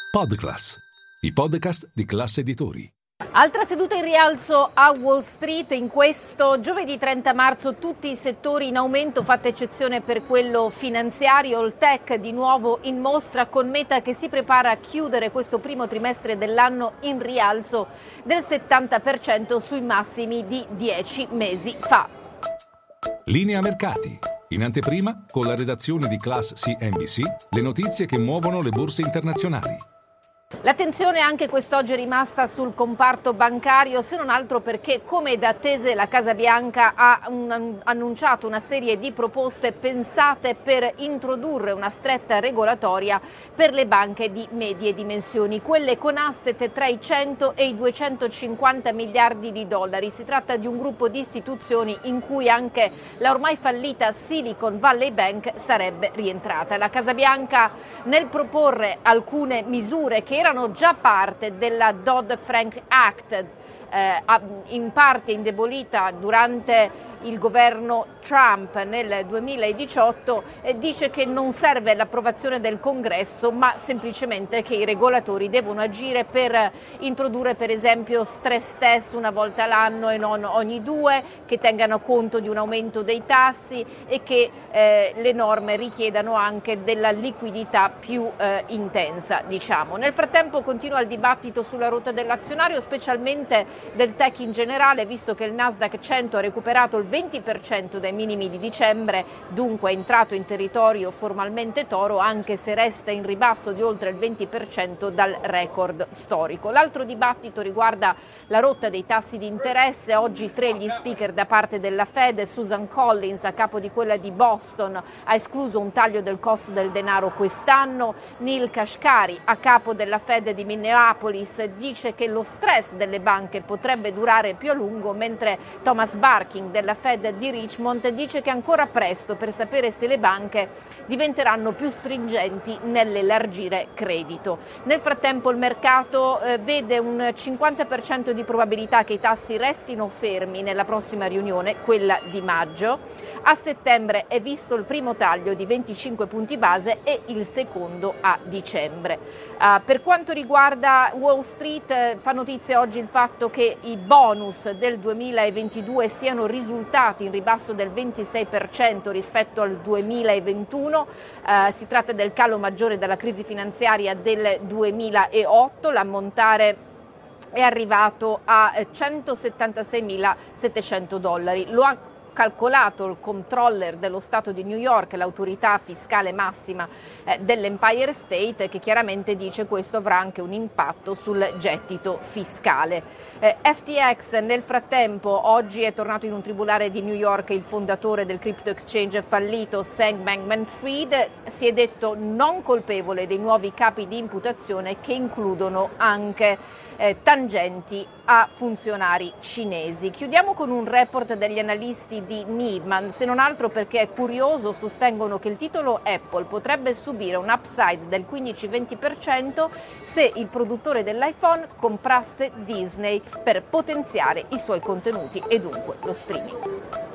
Podclass, i podcast di Class Editori. Altra seduta in rialzo a Wall Street. In questo giovedì 30 marzo tutti i settori in aumento, fatta eccezione per quello finanziario. Il tech di nuovo in mostra, con Meta che si prepara a chiudere questo primo trimestre dell'anno in rialzo del 70% sui massimi di 10 mesi fa. Linea mercati. In anteprima, con la redazione di Class CNBC, le notizie che muovono le borse internazionali. L'attenzione anche quest'oggi è rimasta sul comparto bancario, se non altro perché, come da attese, la Casa Bianca ha annunciato una serie di proposte pensate per introdurre una stretta regolatoria per le banche di medie dimensioni, quelle con asset tra i 100 e i 250 miliardi di dollari. Si tratta di un gruppo di istituzioni in cui anche la ormai fallita Silicon Valley Bank sarebbe rientrata. La Casa Bianca, nel proporre alcune misure che erano già parte della Dodd-Frank Act, in parte indebolita durante il governo Trump nel 2018, dice che non serve l'approvazione del Congresso, ma semplicemente che i regolatori devono agire per introdurre per esempio stress test una volta l'anno e non ogni due, che tengano conto di un aumento dei tassi e che le norme richiedano anche della liquidità più intensa, diciamo. Nel frattempo continua il dibattito sulla rotta dell'azionario, specialmente del tech in generale, visto che il Nasdaq 100 ha recuperato il 20% dai minimi di dicembre, dunque è entrato in territorio formalmente toro, anche se resta in ribasso di oltre il 20% dal record storico. L'altro dibattito riguarda la rotta dei tassi di interesse. Oggi 3 gli speaker da parte della Fed. Susan Collins, a capo di quella di Boston, ha escluso un taglio del costo del denaro quest'anno. Neil Kashkari, a capo della Fed di Minneapolis, dice che lo stress delle banche potrebbe durare più a lungo, mentre Thomas Barkin della Fed di Richmond dice che è ancora presto per sapere se le banche diventeranno più stringenti nell'elargire credito. Nel frattempo il mercato vede un 50% di probabilità che i tassi restino fermi nella prossima riunione, quella di maggio. A settembre è visto il primo taglio di 25 punti base e il secondo a dicembre. Per quanto riguarda Wall Street, fa notizia oggi il fatto che i bonus del 2022 siano risultati in ribasso del 26% rispetto al 2021. Si tratta del calo maggiore dalla crisi finanziaria del 2008. L'ammontare è arrivato a $176.700. Lo ha calcolato il controller dello Stato di New York, l'autorità fiscale massima dell'Empire State, che chiaramente dice questo avrà anche un impatto sul gettito fiscale. FTX nel frattempo oggi è tornato in un tribunale di New York il fondatore del crypto exchange fallito Sam Bankman-Fried. Si è detto non colpevole dei nuovi capi di imputazione, che includono anche tangenti a funzionari cinesi. Chiudiamo con un report degli analisti di Needman, se non altro perché è curioso. Sostengono che il titolo Apple potrebbe subire un upside del 15-20% se il produttore dell'iPhone comprasse Disney per potenziare i suoi contenuti e dunque lo streaming.